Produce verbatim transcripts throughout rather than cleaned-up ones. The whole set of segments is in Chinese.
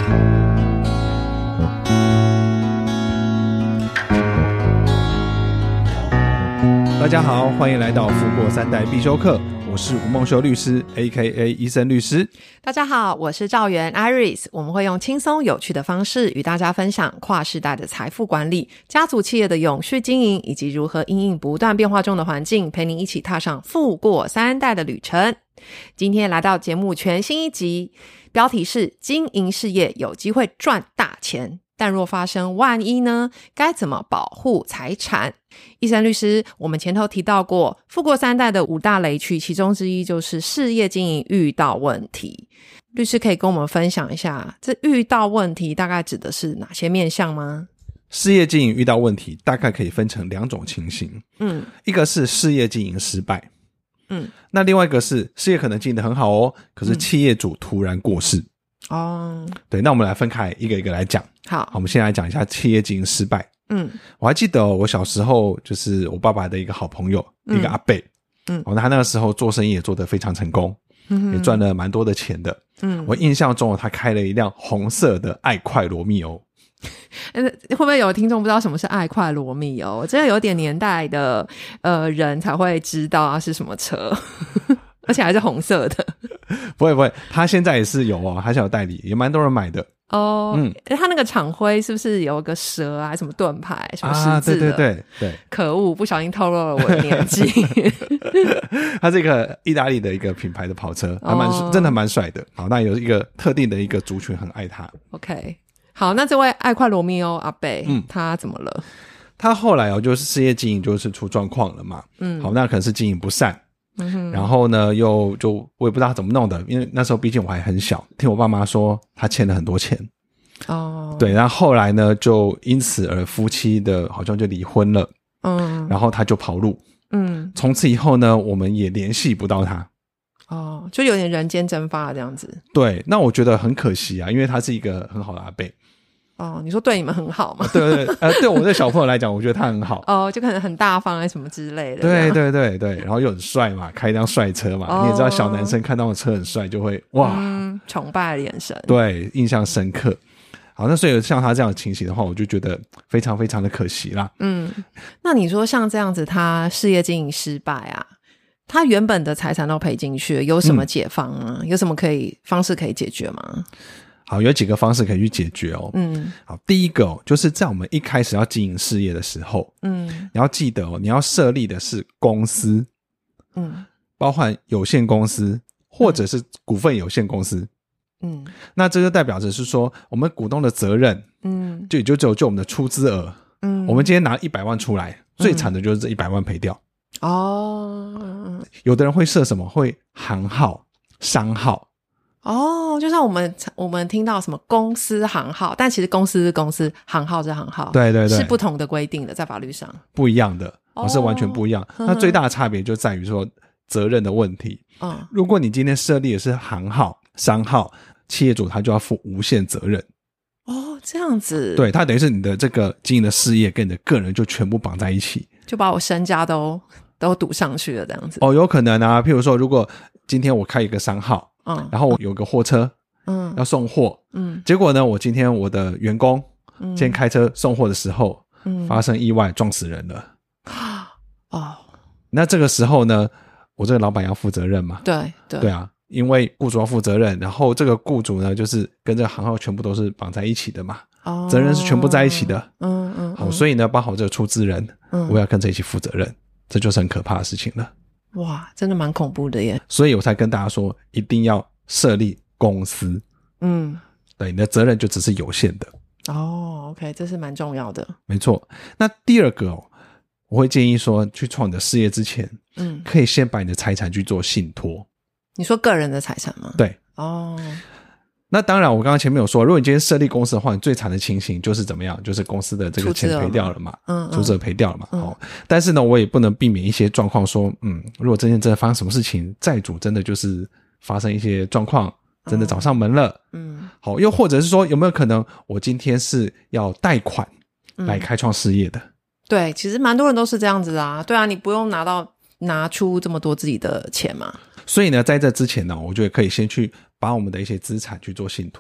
大家好，欢迎来到富过三代必修课，我是吴梦修律师 A K A 医生律师。 大家好，我是赵媛 Iris， 我们会用轻松有趣的方式与大家分享跨世代的财富管理、家族企业的永续经营，以及如何因应不断变化中的环境，陪你一起踏上富过三代的旅程。今天来到节目全新一集，标题是经营事业有机会赚大钱，但若发生万一呢？该怎么保护财产？医生律师，我们前头提到过富过三代的五大雷区，其中之一就是事业经营遇到问题。律师可以跟我们分享一下，这遇到问题大概指的是哪些面向吗？ 事业经营遇到问题大概可以分成两种情形，嗯，一个是事业经营失败，嗯，那另外一个是事业可能经营得很好哦，可是企业主突然过世。哦，对，那我们来分开一个一个来讲。好，好，我们先来讲一下企业经营失败。嗯，我还记得、哦、我小时候就是我爸爸的一个好朋友、嗯、一个阿伯，嗯，哦，他那个时候做生意也做得非常成功，嗯，也赚了蛮多的钱的。嗯，我印象中他开了一辆红色的爱快罗密欧。 会不会有听众不知道什么是爱快罗密欧？真的有点年代的呃人才会知道啊是什么车。而且还是红色的。 不会不会，他现在也是有哦，还是有代理，也蛮多人买的哦。嗯，他那个厂徽是不是有个蛇啊，什么盾牌，什么十字的？啊，对对对对。可恶，不小心透露了我的年纪。 他是一个意大利的一个品牌的跑车，还蛮、哦、真的蛮帅的。好，那有一个特定的一个族群很爱他。 OK， 好，那这位爱快罗密欧阿伯，嗯，他怎么了？ 他后来哦，就是事业经营就是出状况了嘛。嗯，好，那可能是经营不善。嗯、然后呢又就我也不知道他怎么弄的，因为那时候毕竟我还很小，听我爸妈说他欠了很多钱哦，对，然后后来呢就因此而夫妻的好像就离婚了，嗯，然后他就跑路，嗯，从此以后呢我们也联系不到他哦，就有点人间蒸发这样子。 对，那我觉得很可惜啊，因为他是一个很好的阿伯。 哦，你说对你们很好吗？ 对对呃，对我的小朋友来讲，我觉得他很好。 哦，就可能很大方啊，什么之类的。 对对对对，然后又很帅嘛，开一辆帅车嘛，哦，你也知道，小男生看到的车很帅，就会哇， 嗯，崇拜的眼神。 对，印象深刻。好，那所以像他这样的情形的话，我就觉得非常非常的可惜啦。 嗯，那你说像这样子，他事业经营失败啊，他原本的财产都赔进去了，有什么解方吗？嗯，有什么可以方式可以解决吗？ 好，有几个方式可以去解决哦。嗯，好，第一个哦，就是在我们一开始要经营事业的时候，嗯，你要记得哦，你要设立的是公司，嗯，包含有限公司或者是股份有限公司，嗯，那这就代表着是说，我们股东的责任，嗯，就也就只有就我们的出资额，嗯，我们今天拿一百万出来，最惨的就是这一百万赔掉。哦，有的人会设什么？会行号、商号。 哦，就像我们我们听到什么公司行号，但其实公司是公司，行号是行号， 对对对， 是不同的规定的，在法律上不一样的，哦，是完全不一样。那最大的差别就在于说责任的问题。嗯，如果你今天设立的是行号、商号，企业主他就要负无限责任。 哦，这样子， 对，他等于是你的这个经营的事业跟你的个人就全部绑在一起， 就把我身家都都赌上去了，这样子。 哦，有可能啊，譬如说，如果今天我开一个商号。嗯，然后我有个货车，嗯，要送货，嗯，结果呢，我今天我的员工，嗯，今天开车送货的时候，嗯，发生意外撞死人了，哦，那这个时候呢，我这个老板要负责任嘛？ 对对对啊，因为雇主要负责任，然后这个雇主呢，就是跟这个行号全部都是绑在一起的嘛，哦，责任是全部在一起的，嗯嗯，好，所以呢，包括这个出资人，嗯，我要跟着一起负责任，这就是很可怕的事情了。 哇，真的蛮恐怖的耶！ 所以我才跟大家说，一定要设立公司。嗯，对，你的责任就只是有限的。 哦 ，OK， 这是蛮重要的。 没错。那第二个哦，我会建议说，去创你的事业之前，嗯，可以先把你的财产去做信托。 你说个人的财产吗？ 对。哦。那当然我刚刚前面有说，如果你今天设立公司的话，你最惨的情形就是怎么样，就是公司的这个钱赔掉了嘛，嗯，出资额赔掉了嘛，嗯，哦，但是呢我也不能避免一些状况说，嗯，如果真的真的发生什么事情，债主真的就是发生一些状况，真的找上门了，嗯，好，又或者是说有没有可能我今天是要贷款来开创事业的，嗯， 对，其实蛮多人都是这样子啊，对啊，你不用拿到拿出这么多自己的钱嘛。 所以呢在这之前呢，我觉得可以先去把我们的一些资产去做信托，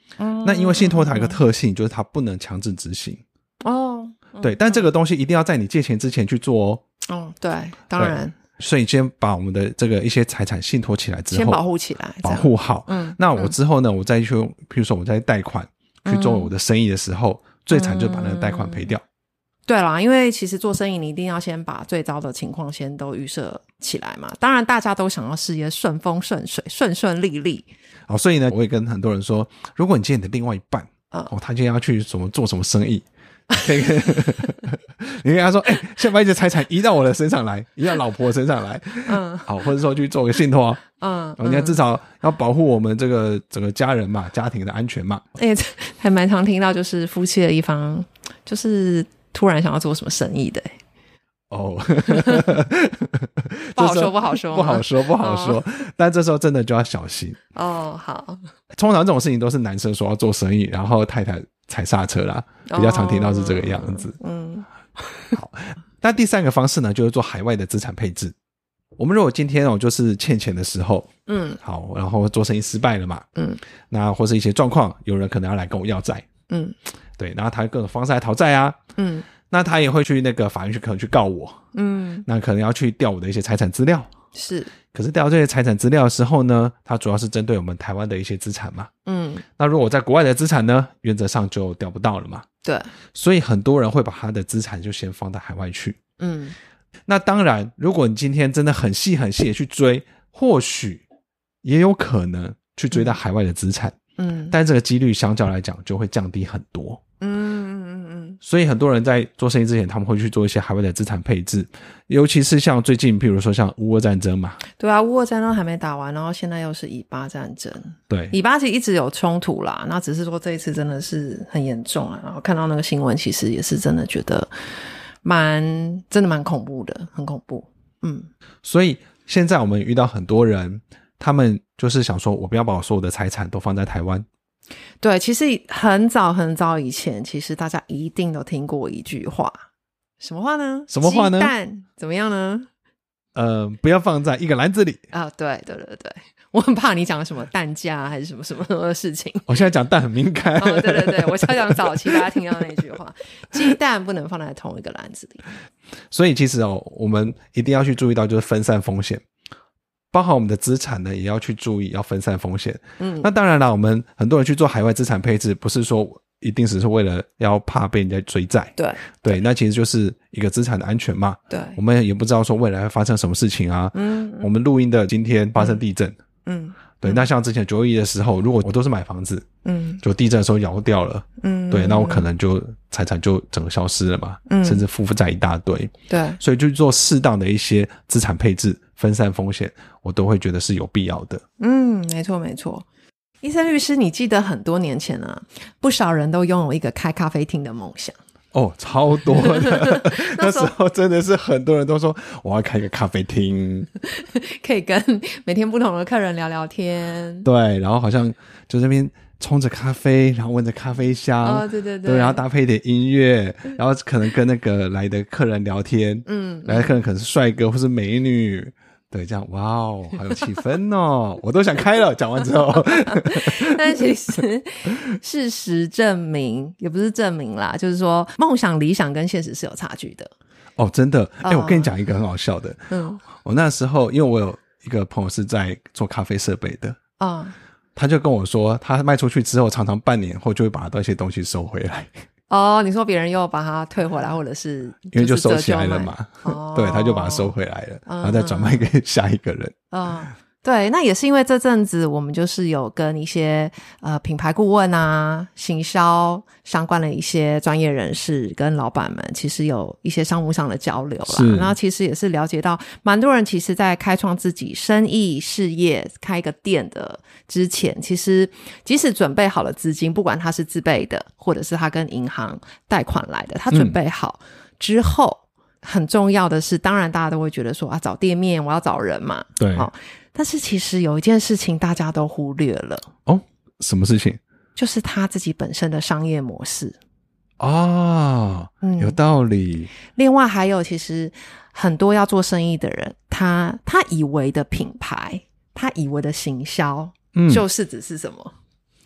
嗯， 那因为信托它有一个特性，就是它不能强制执行。 哦， 对，但这个东西一定要在你借钱之前去做哦。 哦，对，当然。 所以先把我们的这个一些财产信托起来之后， 先保护起来， 保护好。 嗯， 那我之后呢，我再去，譬如说我在贷款去做我的生意的时候，嗯、最惨就把那个贷款赔掉。 对啦，因为其实做生意你一定要先把最糟的情况先都预设起来嘛。当然大家都想要事业顺风顺水顺顺利利。 好，所以呢我也跟很多人说，如果你今天你的另外一半、嗯、哦，他今天要去什么做什么生意，可以你跟他说，哎、欸，先把一些财产移到我的身上来，移到老婆身上来，嗯，好，或者说去做个信托，嗯，你看至少要保护我们这个整个家人嘛，家庭的安全嘛。 哎、欸，还蛮常听到就是夫妻的一方就是突然想要做什么生意的、欸。 哦， 不好说，不好说， 不好说，不好说。哦、但这时候真的就要小心。 哦，好。 通常这种事情都是男生说要做生意，然后太太踩刹车啦，比较常听到是这个样子。哦、嗯，好。那第三个方式呢，就是做海外的资产配置。我们如果今天哦，就是欠钱的时候，嗯，好，然后做生意失败了嘛，嗯，那或是一些状况，有人可能要来跟我要债，嗯，对，然后他各种方式来讨债啊，嗯。那他也会去那个法院去可能去告我，嗯，那可能要去调我的一些财产资料， 是。 可是调这些财产资料的时候呢，它主要是针对我们台湾的一些资产嘛，嗯，那如果我在国外的资产呢，原则上就调不到了嘛， 对， 所以很多人会把他的资产就先放到海外去，嗯，那当然，如果你今天真的很细很细的去追，或许也有可能去追到海外的资产，嗯，但这个几率相较来讲就会降低很多，嗯。所以很多人在做生意之前，他们会去做一些海外的资产配置，尤其是像最近譬如说像乌俄战争嘛， 对啊，乌俄战争还没打完，然后现在又是以巴战争， 对， 以巴其实一直有冲突啦，那只是说这一次真的是很严重啊，然后看到那个新闻其实也是真的觉得蛮真的蛮恐怖的，很恐怖。嗯， 所以现在我们遇到很多人，他们就是想说我不要把我所有的财产都放在台湾。 对，其实很早很早以前，其实大家一定都听过一句话，什么话呢？ 什么话呢？ 鸡蛋怎么样呢？ 呃，不要放在一个篮子里啊！对对对对，我很怕你讲什么蛋价还是什么什么的事情。 我现在讲蛋很敏感。 哦，对对对，我想讲早期大家听到那句话，鸡蛋不能放在同一个篮子里。 所以其实哦，我们一定要去注意到，就是分散风险。包含我们的资产呢，也要去注意，要分散风险。嗯，那当然啦，我们很多人去做海外资产配置，不是说一定只是为了要怕被人家追债。 对对，那其实就是一个资产的安全嘛。 对， 我们也不知道说未来会发生什么事情啊。嗯，我们录音的今天发生地震。嗯，对，那像之前九二一的时候，如果我都是买房子，嗯，就地震的时候摇掉了，嗯，对，那我可能就财产就整个消失了嘛，嗯，甚至负债一大堆。 对， 所以就做适当的一些资产配置，分散风险，我都会觉得是有必要的。 嗯，没错没错。伊森律师，你记得很多年前啊，不少人都拥有一个开咖啡厅的梦想。 哦，超多的那时候真的是很多人都说我要开一个咖啡厅， 可以跟每天不同的客人聊聊天。 对，然后好像就这边冲着咖啡，然后闻着咖啡香， 哦，对对对， 对，然后搭配一点音乐，然后可能跟那个来的客人聊天，嗯，来的客人可能是帅哥或是美女。对，这样哇哦，好有气氛哦，我都想开了。讲完之后， 但其实事实证明，也不是证明啦，就是说梦想、理想跟现实是有差距的。 哦，真的，哎、欸，我跟你讲一个很好笑的。嗯，我那时候因为我有一个朋友是在做咖啡设备的，啊、嗯，他就跟我说，他卖出去之后，常常半年后就会把那些东西收回来。 哦，你说别人又把它退回来，或者是因为就收起来了嘛，哦、对，他就把它收回来了，嗯、然后再转卖给下一个人。 嗯，对，那也是因为这阵子我们就是有跟一些呃品牌顾问啊、行销相关的一些专业人士跟老板们，其实有一些商务上的交流啦。然后其实也是了解到，蛮多人其实在开创自己生意事业、开一个店的之前，其实即使准备好了资金，不管他是自备的，或者是他跟银行贷款来的，他准备好之后，嗯、很重要的是，当然大家都会觉得说啊，找店面我要找人嘛， 对， 哦，但是其实有一件事情大家都忽略了。 哦，什么事情？ 就是他自己本身的商业模式。 哦，嗯，有道理。 另外还有，其实很多要做生意的人，他他以为的品牌，他以为的行销，嗯，就是只是什么？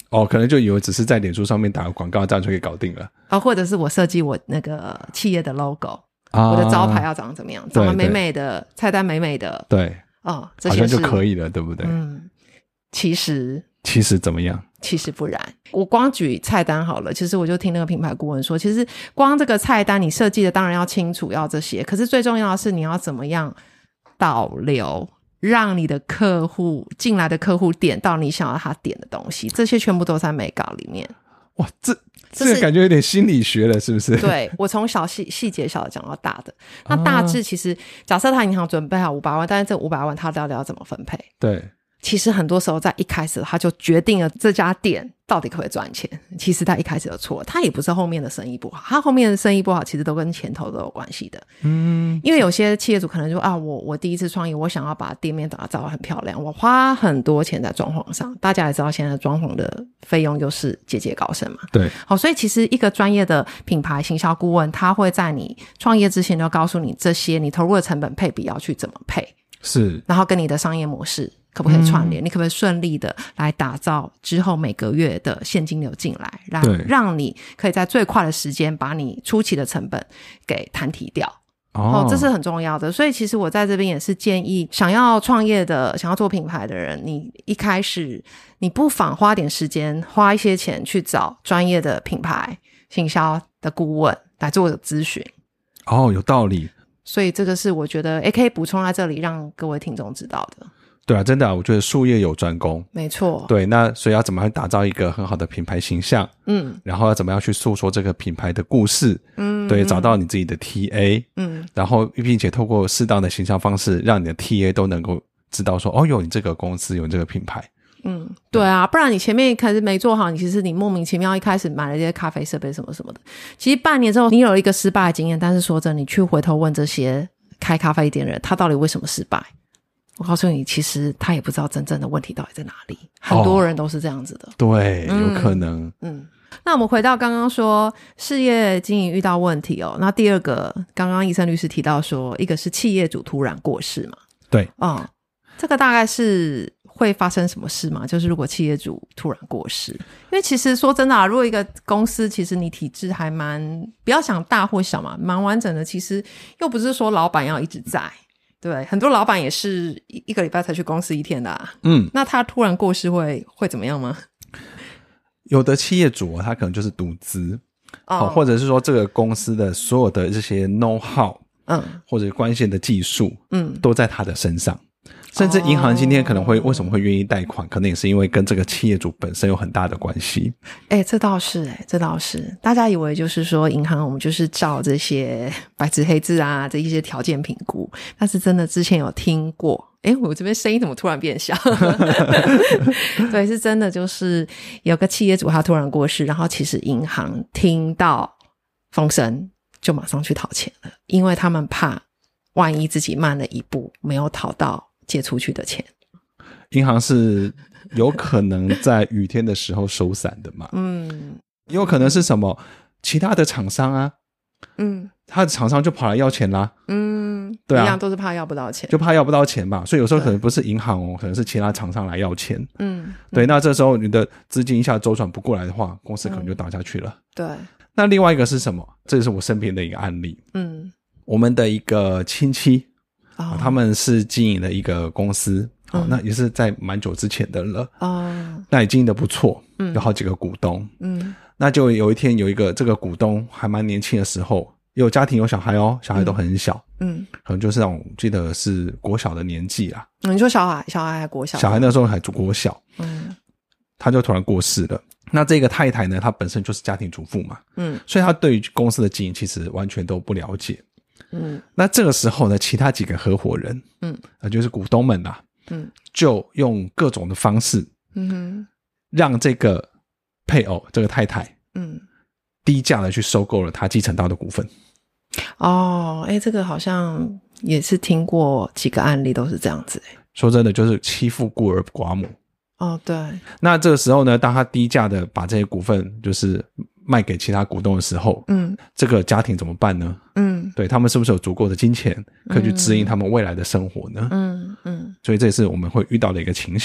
哦，可能就以为只是在脸书上面打个广告，这样就可以搞定了。 啊，或者是我设计我那个企业的 logo，啊，我的招牌要长怎么样，长得美美的，菜单美美的， 对， 哦，这些好像就可以了，对不对？ 嗯，其实其实怎么样？ 其实不然。我光举菜单好了，其实我就听那个品牌顾问说，其实光这个菜单你设计的当然要清楚，要这些，可是最重要的是你要怎么样导流，让你的客户进来的客户点到你想要他点的东西，这些全部都在美稿里面。 哇，这这个感觉有点心理学了，是不是？ 对，我从小细细节小的讲到大的。那大致其实，啊、假设他银行准备好五百万，但是这五百万他到底要怎么分配？ 对。 其实很多时候在一开始他就决定了这家店到底可不可以赚钱，其实他一开始就错了，他也不是后面的生意不好，他后面的生意不好其实都跟前头都有关系的。嗯，因为有些企业主可能就啊，我我第一次创业，我想要把店面打造得很漂亮，我花很多钱在装潢上，大家也知道现在装潢的费用就是节节高升嘛。 对， 好，所以其实一个专业的品牌行销顾问，他会在你创业之前就告诉你这些你投入的成本配比要去怎么配， 是，然后跟你的商业模式可不可以串联、嗯、你可不可以顺利的来打造之后每个月的现金流进来，让让你可以在最快的时间把你初期的成本给摊提掉。哦，这是很重要的。所以其实我在这边也是建议想要创业的想要做品牌的人，你一开始你不妨花点时间花一些钱去找专业的品牌行销的顾问来做咨询。 哦，有道理。 所以这个是我觉得也可以补充在这里让各位听众知道的。 对啊，真的啊，我觉得术业有专攻。 没错。 对，那所以要怎么样打造一个很好的品牌形象，嗯，然后要怎么样去诉说这个品牌的故事，嗯，对，找到你自己的 T A， 嗯，然后并且透过适当的行销方式让你的 T A 都能够知道说，哦，有你这个公司，有你这个品牌。 嗯，对啊，不然你前面一开始没做好，你其实你莫名其妙一开始买了这些咖啡设备什么什么的，其实半年之后你有一个失败的经验，但是说真的，你去回头问这些开咖啡店的人，他到底为什么失败，我告诉你，其实他也不知道真正的问题到底在哪里，很多人都是这样子的。哦， 对，有可能。 嗯，嗯，那我们回到刚刚说事业经营遇到问题哦，那第二个刚刚奕森律师提到说，一个是企业主突然过世嘛。 对。 嗯，这个大概是会发生什么事吗？就是如果企业主突然过世，因为其实说真的啊，如果一个公司其实你体制还蛮，不要想大或小嘛，蛮完整的，其实又不是说老板要一直在，对，很多老板也是一个礼拜才去公司一天的啊。嗯，那他突然过世会会怎么样吗？ 有的企业主啊，他可能就是独资，哦，或者是说这个公司的所有的这些 know how， 嗯，或者关键的技术，嗯，都在他的身上。甚至银行今天可能会为什么会愿意贷款，可能也是因为跟这个企业主本身有很大的关系。 欸，这倒是欸，这倒是。大家以为就是说银行我们就是照这些白纸黑字啊这一些条件评估，但是真的之前有听过，欸，我这边声音怎么突然变小对，是真的，就是有个企业主他突然过世，然后其实银行听到风声就马上去讨钱了，因为他们怕万一自己慢了一步没有讨到借出去的钱。 银行是有可能在雨天的时候收伞的嘛？嗯，有可能是什么其他的厂商啊，嗯，他的厂商就跑来要钱啦，嗯，对啊， 一样都是怕要不到钱， 就怕要不到钱嘛，所以有时候可能不是银行哦，可能是其他厂商来要钱，嗯，对，那这时候你的资金一下周转不过来的话，公司可能就倒下去了。嗯，对。那另外一个是什么？这是我身边的一个案例，嗯，我们的一个亲戚，哦，他们是经营了一个公司，哦，嗯，那也是在蛮久之前的了，哦，那也经营得不错，嗯，有好几个股东，嗯，那就有一天有一个这个股东还蛮年轻的时候，有家庭有小孩哦，小孩都很小，嗯，可能就是那种记得是国小的年纪啦， 嗯，你说小孩小孩还国小， 小孩那时候还国小，嗯，他就突然过世了。那这个太太呢，她本身就是家庭主妇嘛，嗯，所以她对于公司的经营其实完全都不了解，嗯，那这个时候呢，其他几个合伙人，嗯，呃，就是股东们啦，嗯，就用各种的方式，嗯哼，让这个配偶这个太太，嗯，低价的去收购了他继承到的股份。 哦，诶，这个好像也是听过几个案例都是这样子。诶， 说真的，就是欺负孤儿寡母。 哦，对。 那这个时候呢，当他低价的把这些股份就是卖给其他股东的时候，嗯，这个家庭怎么办呢？嗯，对，他们是不是有足够的金钱可以去指引他们未来的生活呢？嗯嗯，所以这也是我们会遇到的一个情形。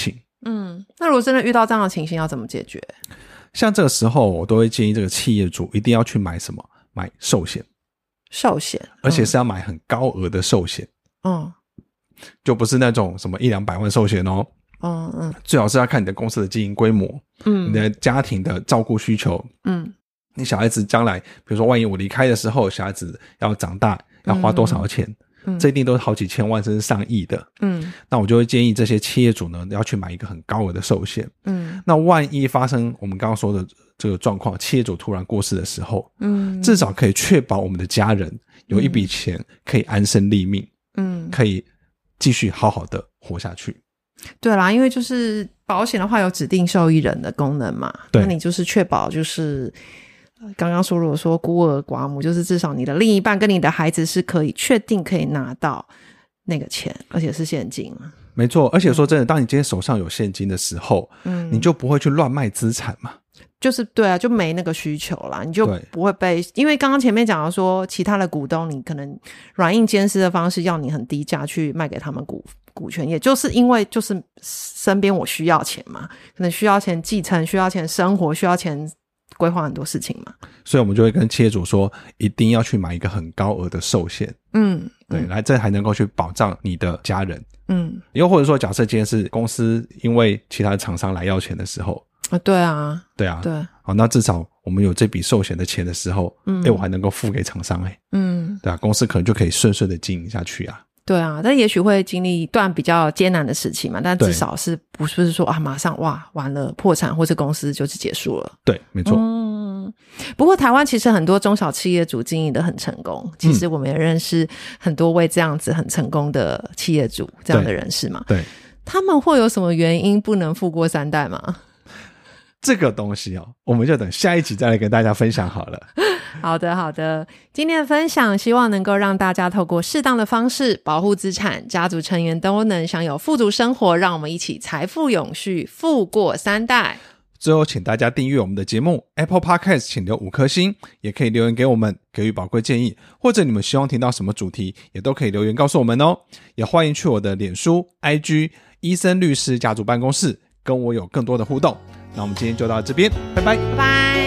嗯，那如果真的遇到这样的情形要怎么解决？ 像这个时候我都会建议这个企业主一定要去买什么，买寿险。 寿险、嗯、 而且是要买很高额的寿险。嗯，就不是那种什么一两百万寿险哦。嗯嗯，最好是要看你的公司的经营规模，嗯，你的家庭的照顾需求，嗯，你小孩子将来比如说万一我离开的时候小孩子要长大要花多少钱，嗯，这一定都是好几千万甚至上亿的。嗯，那我就会建议这些企业主呢要去买一个很高额的寿险。嗯，那万一发生我们刚刚说的这个状况，企业主突然过世的时候，嗯，至少可以确保我们的家人有一笔钱可以安身立命，嗯，可以继续好好的活下去。 对啦，因为就是保险的话有指定受益人的功能嘛，那你就是确保就是刚刚说如果说孤儿寡母，就是至少你的另一半跟你的孩子是可以确定可以拿到那个钱，而且是现金。 没错，而且说真的，当你今天手上有现金的时候，嗯，你就不会去乱卖资产嘛。 就是对啊，就没那个需求啦，你就不会被，因为刚刚前面讲到说其他的股东你可能软硬兼施的方式要你很低价去卖给他们股股权，也就是因为就是身边我需要钱嘛，可能需要钱继承，需要钱生活，需要钱规划很多事情嘛， 所以我们就会跟企业主说一定要去买一个很高额的寿险。嗯，对，来这还能够去保障你的家人。嗯，又或者说假设今天是公司因为其他的厂商来要钱的时候啊，对啊， 对啊， 对， 好，那至少我们有这笔寿险的钱的时候，嗯，诶，我还能够付给厂商，诶，嗯，对啊，公司可能就可以顺顺的经营下去啊。 对啊，但也许会经历一段比较艰难的时期嘛，但至少是不是说啊马上哇完了破产或者公司就是结束了。 对，没错。 嗯，不过台湾其实很多中小企业主经营的很成功，其实我们也认识很多位这样子很成功的企业主这样的人士嘛。 对， 他们会有什么原因不能富过三代吗？ 这个东西哦，我们就等下一集再来跟大家分享好了。 好的好的，今天的分享希望能够让大家透过适当的方式保护资产，家族成员都能享有富足生活，让我们一起财富永续，富过三代。 最后请大家订阅我们的节目 Apple Podcast 请留五颗星，也可以留言给我们给予宝贵建议，或者你们希望听到什么主题也都可以留言告诉我们哦。也欢迎去我的脸书 I G 伊森律师家族办公室跟我有更多的互动。那我们今天就到这边，拜拜拜拜。